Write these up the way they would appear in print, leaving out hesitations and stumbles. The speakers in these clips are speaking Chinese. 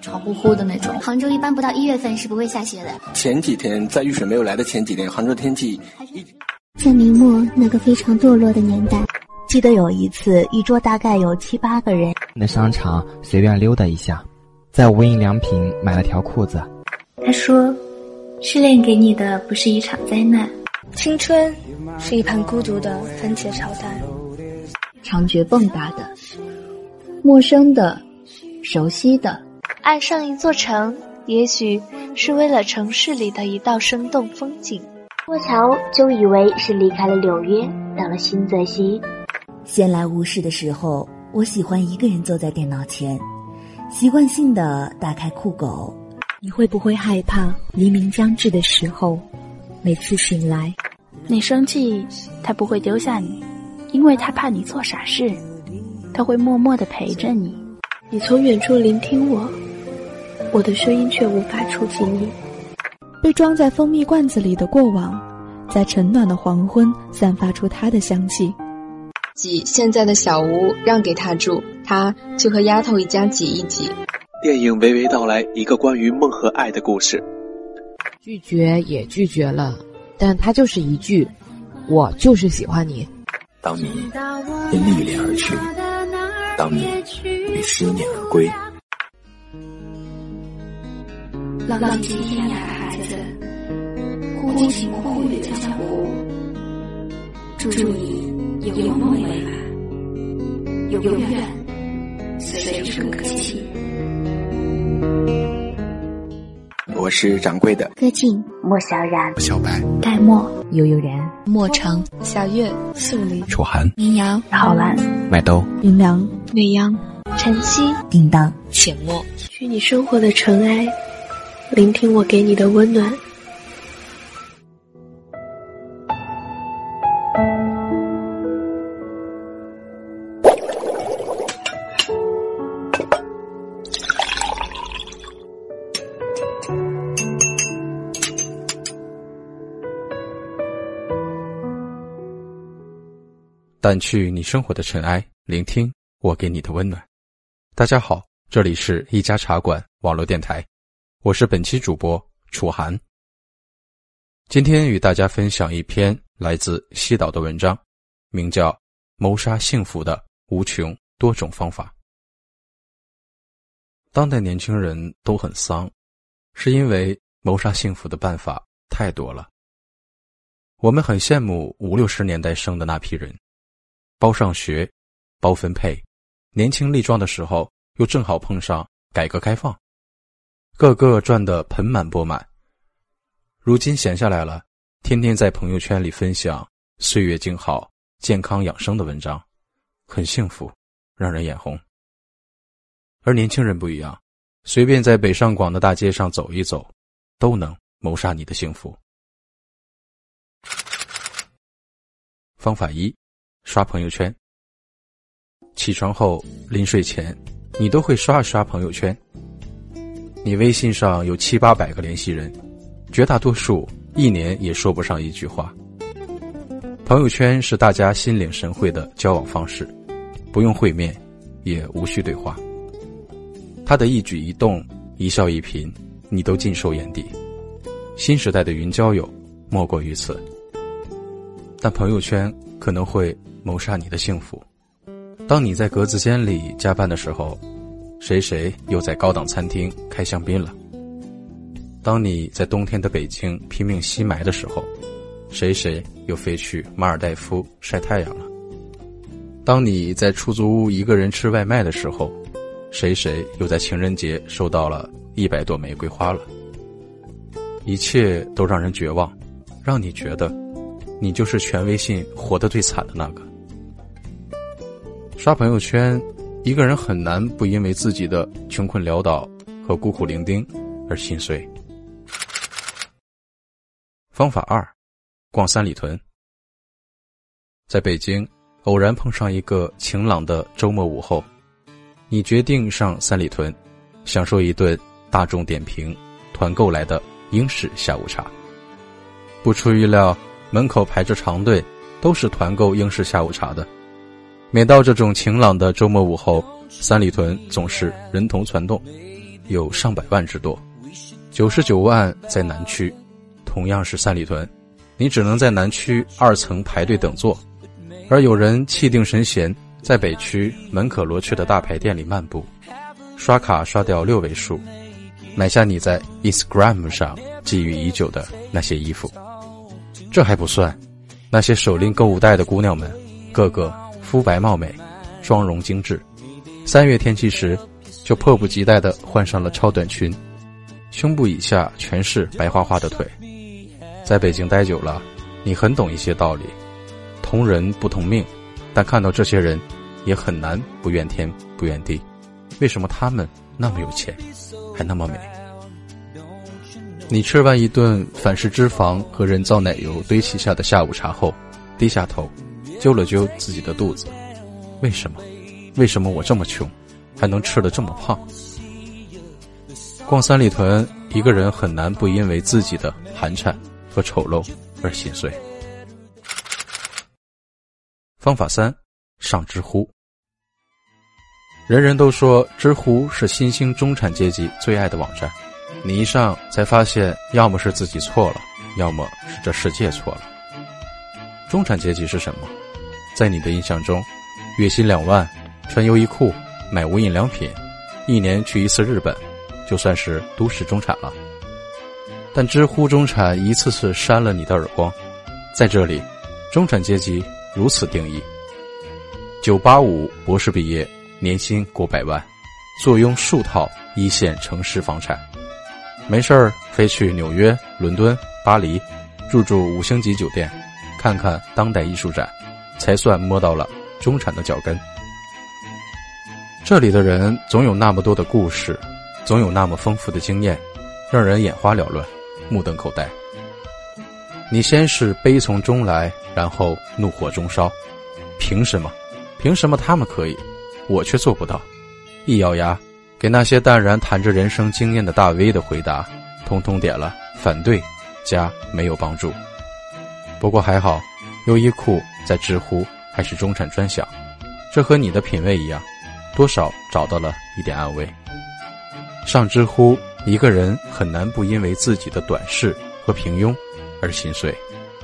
潮乎乎的那种。 杭州一般不到1月份是不会下雪的。 前几天在雨水没有来的前几天，杭州天气在明末那个非常堕落的年代，记得有一次一桌大概有7、8个人， 在商场随便溜达一下，在无印良品买了条裤子。 他说，失恋给你的不是一场灾难， 青春是一盘孤独的番茄炒蛋。 长觉蹦跶的，陌生的，熟悉的。 爱上一座城，也许是为了城市里的一道生动风景。 过桥就以为是离开了纽约，到了新泽西。 闲来无事的时候，我喜欢一个人坐在电脑前，习惯性地打开酷狗。 你会不会害怕黎明将至的时候，每次醒来， 你生气，他不会丢下你，因为他怕你做傻事，他会默默地陪着你。 你从远处聆听我，我的声音却无法触及你。 被装在蜂蜜罐子里的过往，在晨暖的黄昏散发出它的香气。 挤现在的小屋让给他住，他就和丫头一家挤一挤。 电影娓娓道来一个关于梦和爱的故事。 拒绝也拒绝了，但他就是一句，我就是喜欢你。 当你因历练而去，当你与思念而归。 浪迹天涯的孩子，忽晴忽雨的江湖，祝你有梦为马，永远随着歌起。 我是掌柜的歌静、 莫小然、 小白、 戴墨、 悠悠然、 莫成、 小月、素丽、 楚涵、 民谣、 郝兰、 麦兜、 林良、 美阳、 晨曦、 叮当、 浅墨。 去你生活的尘埃，聆听我给你的温暖。 掸去你生活的尘埃，聆听我给你的温暖。大家好，这里是一家茶馆网络电台，我是本期主播楚涵。今天与大家分享一篇来自西岛的文章，名叫《谋杀幸福的无穷多种方法》。当代年轻人都很丧，是因为谋杀幸福的办法太多了。我们很羡慕50、60年代生的那批人，包上学，包分配，年轻力壮的时候又正好碰上改革开放，个个赚得盆满钵满。如今闲下来了，天天在朋友圈里分享岁月静好、健康养生的文章，很幸福，让人眼红。而年轻人不一样，随便在北上广的大街上走一走，都能谋杀你的幸福。方法1，刷朋友圈。起床后临睡前，你都会刷一刷朋友圈。你微信上有700、800个联系人，绝大多数1年也说不上一句话。朋友圈是大家心领神会的交往方式，不用会面，也无需对话。他的一举一动、一笑一颦，你都尽收眼底。新时代的云交友莫过于此。但朋友圈可能会谋杀你的幸福。当你在格子间里加班的时候，谁谁又在高档餐厅开香槟了。当你在冬天的北京拼命吸霾的时候，谁谁又飞去马尔代夫晒太阳了。当你在出租屋一个人吃外卖的时候，谁谁又在情人节收到了100朵玫瑰花了。一切都让人绝望，让你觉得你就是全微信活得最惨的那个。刷朋友圈，一个人很难不因为自己的穷困潦倒和孤苦伶仃而心碎。方法2，逛三里屯。在北京偶然碰上一个晴朗的周末午后，你决定上三里屯享受一顿大众点评团购来的英式下午茶。不出预料，门口排着长队，都是团购英式下午茶的。每到这种晴朗的周末午后，三里屯总是人头攒动， 有上百万之多，99万在南区，同样是三里屯，你只能在南区2层排队等座，而有人气定神闲，在北区门可罗雀的大牌店里漫步，刷卡刷掉6位数，买下你在 Instagram 上觊觎已久的那些衣服。这还不算，那些手拎购物袋的姑娘们，个个肤白貌美，妆容精致，3月天气时就迫不及待地换上了超短裙，胸部以下全是白花花的腿。在北京待久了，你很懂一些道理，同人不同命，但看到这些人也很难不怨天不怨地，为什么他们那么有钱还那么美？你吃完一顿反式脂肪和人造奶油堆砌下的下午茶后，低下头揪了揪自己的肚子，为什么我这么穷还能吃得这么胖？逛三里屯，一个人很难不因为自己的寒碜和丑陋而心碎。方法3，上知乎。人人都说知乎是新兴中产阶级最爱的网站，你一上才发现，要么是自己错了，要么是这世界错了。中产阶级是什么？在你的印象中，月薪2万，穿优衣库，买无印良品，1年去1次日本，就算是都市中产了。但知乎中产一次次扇了你的耳光，在这里，中产阶级如此定义：985博士毕业，年薪过100万，坐拥数套1线城市房产，没事儿飞去纽约、伦敦、巴黎，入住5星级酒店，看看当代艺术展，才算摸到了中产的脚跟。这里的人总有那么多的故事，总有那么丰富的经验，让人眼花缭乱，目瞪口呆。你先是悲从中来，然后怒火中烧，凭什么他们可以，我却做不到？一咬牙，给那些淡然谈着人生经验的大 V 的回答，通通点了反对加没有帮助。不过还好，优衣库在知乎还是中产专享，这和你的品味一样，多少找到了一点安慰。上知乎，一个人很难不因为自己的短视和平庸而心碎。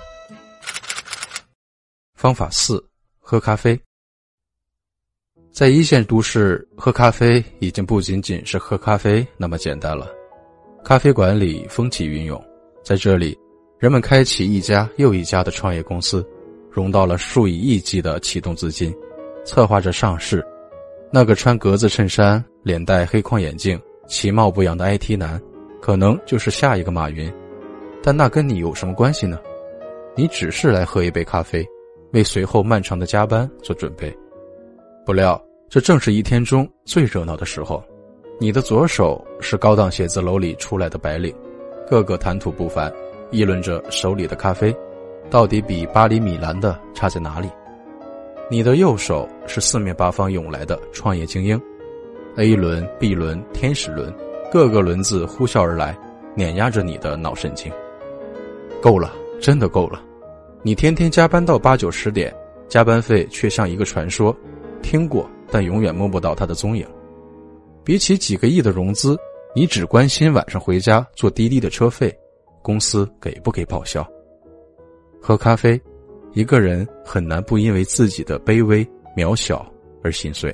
方法4，喝咖啡。在1线都市，喝咖啡已经不仅仅是喝咖啡那么简单了。咖啡馆里风起云涌，在这里，人们开启一家又一家的创业公司，融到了数以亿计的启动资金，策划着上市。那个穿格子衬衫、脸戴黑框眼镜、其貌不扬的 IT 男，可能就是下一个马云，但那跟你有什么关系呢？你只是来喝一杯咖啡，为随后漫长的加班做准备。不料，这正是一天中最热闹的时候。你的左手是高档写字楼里出来的白领，个个谈吐不凡，议论着手里的咖啡到底比巴黎米兰的差在哪里。你的右手是四面八方涌来的创业精英， A 轮 B 轮天使轮，各个轮子呼啸而来，碾压着你的脑神经。够了，真的够了。你天天加班到8、9、10点，加班费却像一个传说，听过但永远摸不到它的踪影。比起几个亿的融资，你只关心晚上回家坐滴滴的车费，公司给不给报销。喝咖啡，一个人很难不因为自己的卑微渺小而心碎。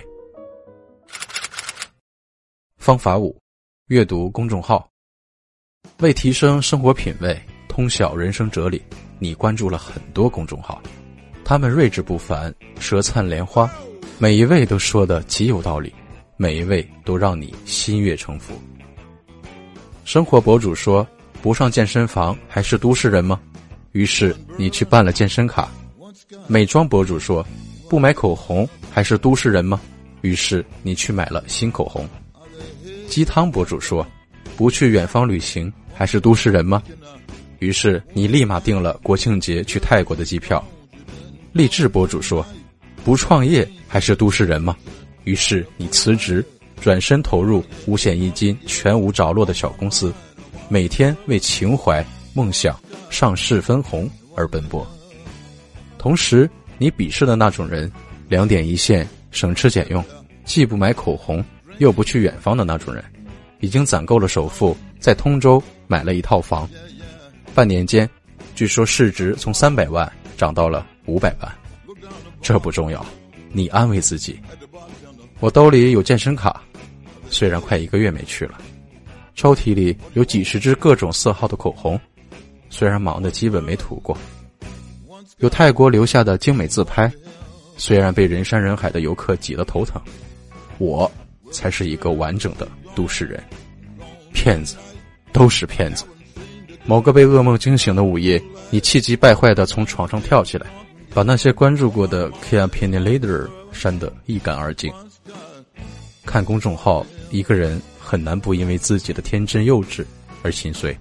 方法5，阅读公众号。为提升生活品味，通晓人生哲理，你关注了很多公众号，他们睿智不凡，舌灿莲花，每一位都说得极有道理，每一位都让你心悦诚服。生活博主说，不上健身房还是都市人吗？于是你去办了健身卡。美妆博主说，不买口红还是都市人吗？于是你去买了新口红。鸡汤博主说，不去远方旅行还是都市人吗？于是你立马订了国庆节去泰国的机票。励志博主说，不创业还是都市人吗？于是你辞职，转身投入五险一金全无着落的小公司，每天为情怀、梦想、上市分红而奔波。同时你鄙视的那种人，2点一线，省吃俭用，既不买口红又不去远方的那种人， 已经攒够了首付，在通州买了一套房，半年间据说市值从300万涨到了500万。这不重要，你安慰自己，我兜里有健身卡，虽然快1个月没去了，抽屉里有几十支各种色号的口红，虽然忙得基本没涂过，有泰国留下的精美自拍，虽然被人山人海的游客挤得头疼，我才是一个完整的都市人。骗子，都是骗子。某个被噩梦惊醒的午夜，你气急败坏地从床上跳起来，把那些关注过的 Key Opinion Leader 删得一干二净。看公众号，一个人很难不因为自己的天真幼稚而心碎。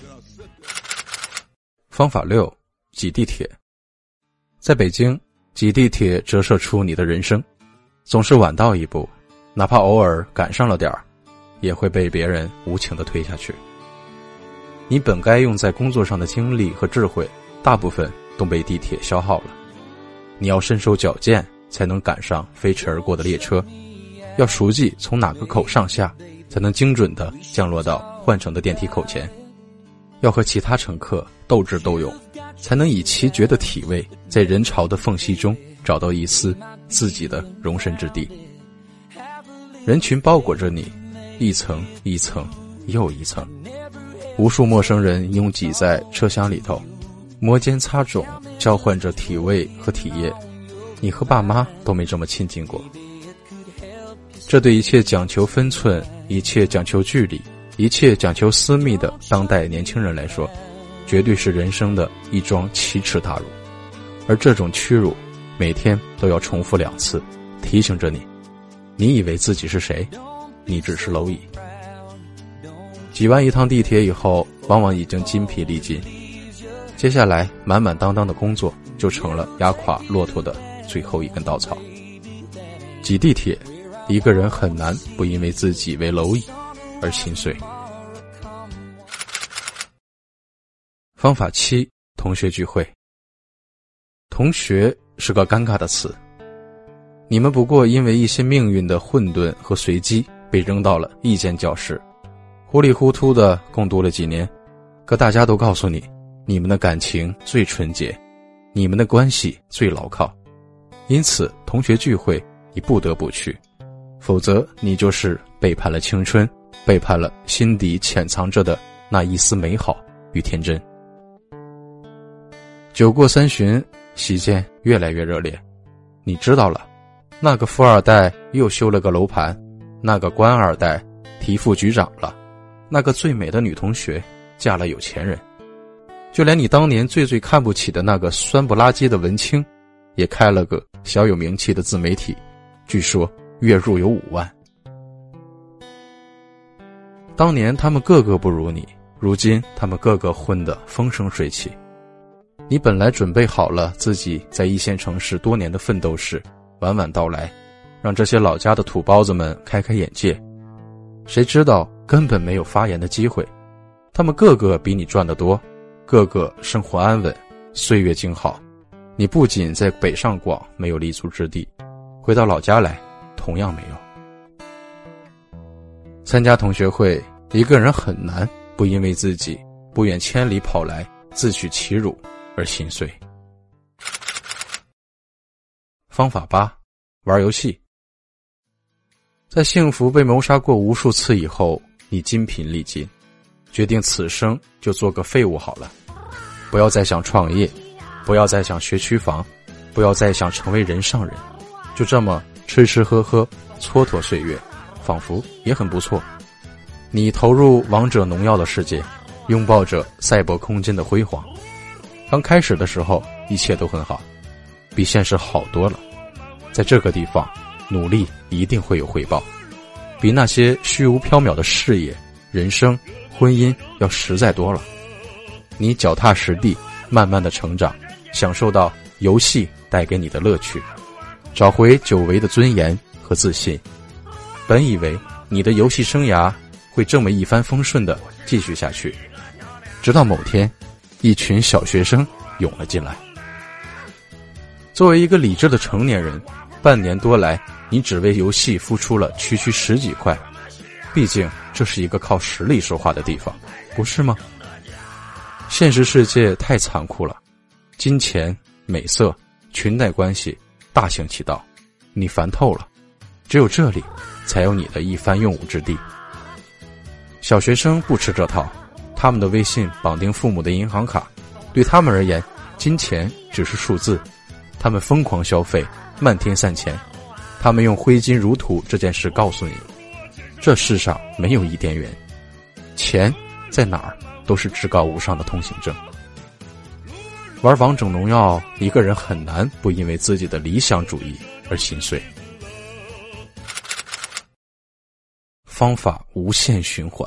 方法6：挤地铁。在北京，挤地铁折射出你的人生，总是晚到一步，哪怕偶尔赶上了点儿，也会被别人无情地推下去。你本该用在工作上的精力和智慧，大部分都被地铁消耗了。你要身手矫健，才能赶上飞驰而过的列车，要熟记从哪个口上下，才能精准地降落到换乘的电梯口前，要和其他乘客斗智斗勇，才能以奇绝的体味，在人潮的缝隙中找到一丝自己的容身之地。人群包裹着你，一层一层又一层，无数陌生人拥挤在车厢里头，摩肩擦踵，交换着体味和体液。你和爸妈都没这么亲近过。这对一切讲求分寸，一切讲求距离，一切讲求私密的当代年轻人来说，绝对是人生的一桩奇耻大辱。而这种屈辱，每天都要重复2次，提醒着你，你以为自己是谁？你只是蝼蚁。挤完一趟地铁以后，往往已经筋疲力尽，接下来满满当当的工作就成了压垮骆驼的最后一根稻草。挤地铁，一个人很难不因为自己为蝼蚁而心碎。方法7：同学聚会。同学是个尴尬的词，你们不过因为一些命运的混沌和随机，被扔到了一间教室，糊里糊涂的共度了几年，可大家都告诉你，你们的感情最纯洁，你们的关系最牢靠，因此同学聚会你不得不去，否则你就是背叛了青春，背叛了心底潜藏着的那一丝美好与天真。酒过三巡，席间越来越热烈，你知道了，那个富二代又修了个楼盘，那个官二代提副局长了，那个最美的女同学嫁了有钱人，就连你当年最看不起的那个酸不拉几的文青，也开了个小有名气的自媒体，据说月入有5万。当年他们个个不如你，如今他们个个混得风生水起。你本来准备好了自己在一线城市多年的奋斗史，晚晚到来，让这些老家的土包子们开开眼界，谁知道根本没有发言的机会。他们个个比你赚得多，个个生活安稳，岁月静好。你不仅在北上广没有立足之地，回到老家来同样没有。参加同学会，一个人很难不因为自己不远千里跑来自取其辱而心碎。方法8：玩游戏。在幸福被谋杀过无数次以后，你精疲力尽，决定此生就做个废物好了，不要再想创业，不要再想学区房，不要再想成为人上人，就这么吃吃喝喝蹉跎岁月，仿佛也很不错。你投入王者荣耀的世界，拥抱着赛博空间的辉煌。刚开始的时候一切都很好，比现实好多了。在这个地方努力一定会有回报，比那些虚无缥缈的事业、人生、婚姻要实在多了。你脚踏实地，慢慢的成长，享受到游戏带给你的乐趣，找回久违的尊严和自信。本以为你的游戏生涯会这么一帆风顺的继续下去，直到某天一群小学生涌了进来。作为一个理智的成年人，半年多来你只为游戏付出了区10几块， 毕竟这是一个靠实力说话的地方，不是吗？现实世界太残酷了，金钱、美色、裙带关系大行其道，你烦透了，只有这里才有你的一番用武之地。小学生不吃这套，他们的微信绑定父母的银行卡，对他们而言，金钱只是数字，他们疯狂消费，漫天散钱，他们用挥金如土这件事告诉你，这世上没有伊甸园，钱在哪儿都是至高无上的通行证。玩王者荣耀，一个人很难不因为自己的理想主义而心碎。方法无限循环。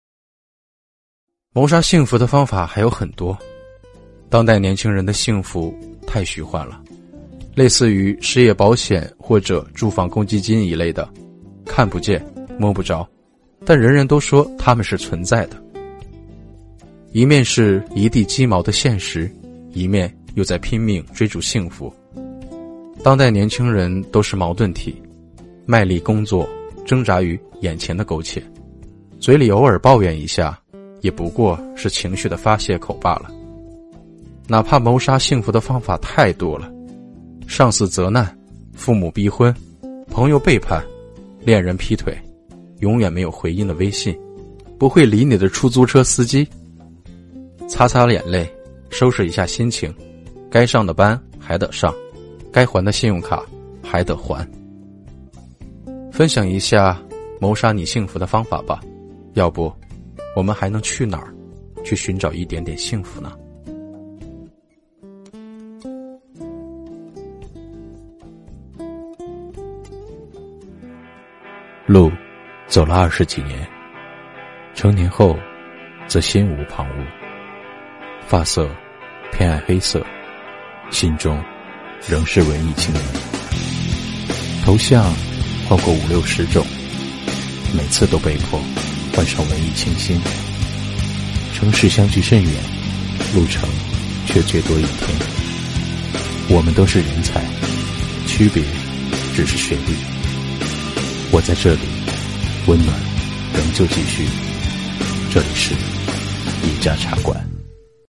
谋杀幸福的方法还有很多，当代年轻人的幸福太虚幻了，类似于失业保险或者住房公积金一类的，看不见摸不着，但人人都说他们是存在的。一面是一地鸡毛的现实，一面又在拼命追逐幸福。当代年轻人都是矛盾体，卖力工作，挣扎于眼前的苟且，嘴里偶尔抱怨一下，也不过是情绪的发泄口罢了。哪怕谋杀幸福的方法太多了，上司责难，父母逼婚，朋友背叛，恋人劈腿，永远没有回音的微信，不会理你的出租车司机，擦擦眼泪，收拾一下心情，该上的班还得上，该还的信用卡还得还。分享一下谋杀你幸福的方法吧，要不我们还能去哪儿去寻找一点点幸福呢？路走了20几年，成年后则心无旁骛，发色偏爱黑色，心中仍是文艺青年，头像换过50-60种，每次都被迫换上文艺清新。城市相距甚远，路程却最多1天。我们都是人才，区别只是学历。我在这里，温暖仍旧继续。这里是一家茶馆。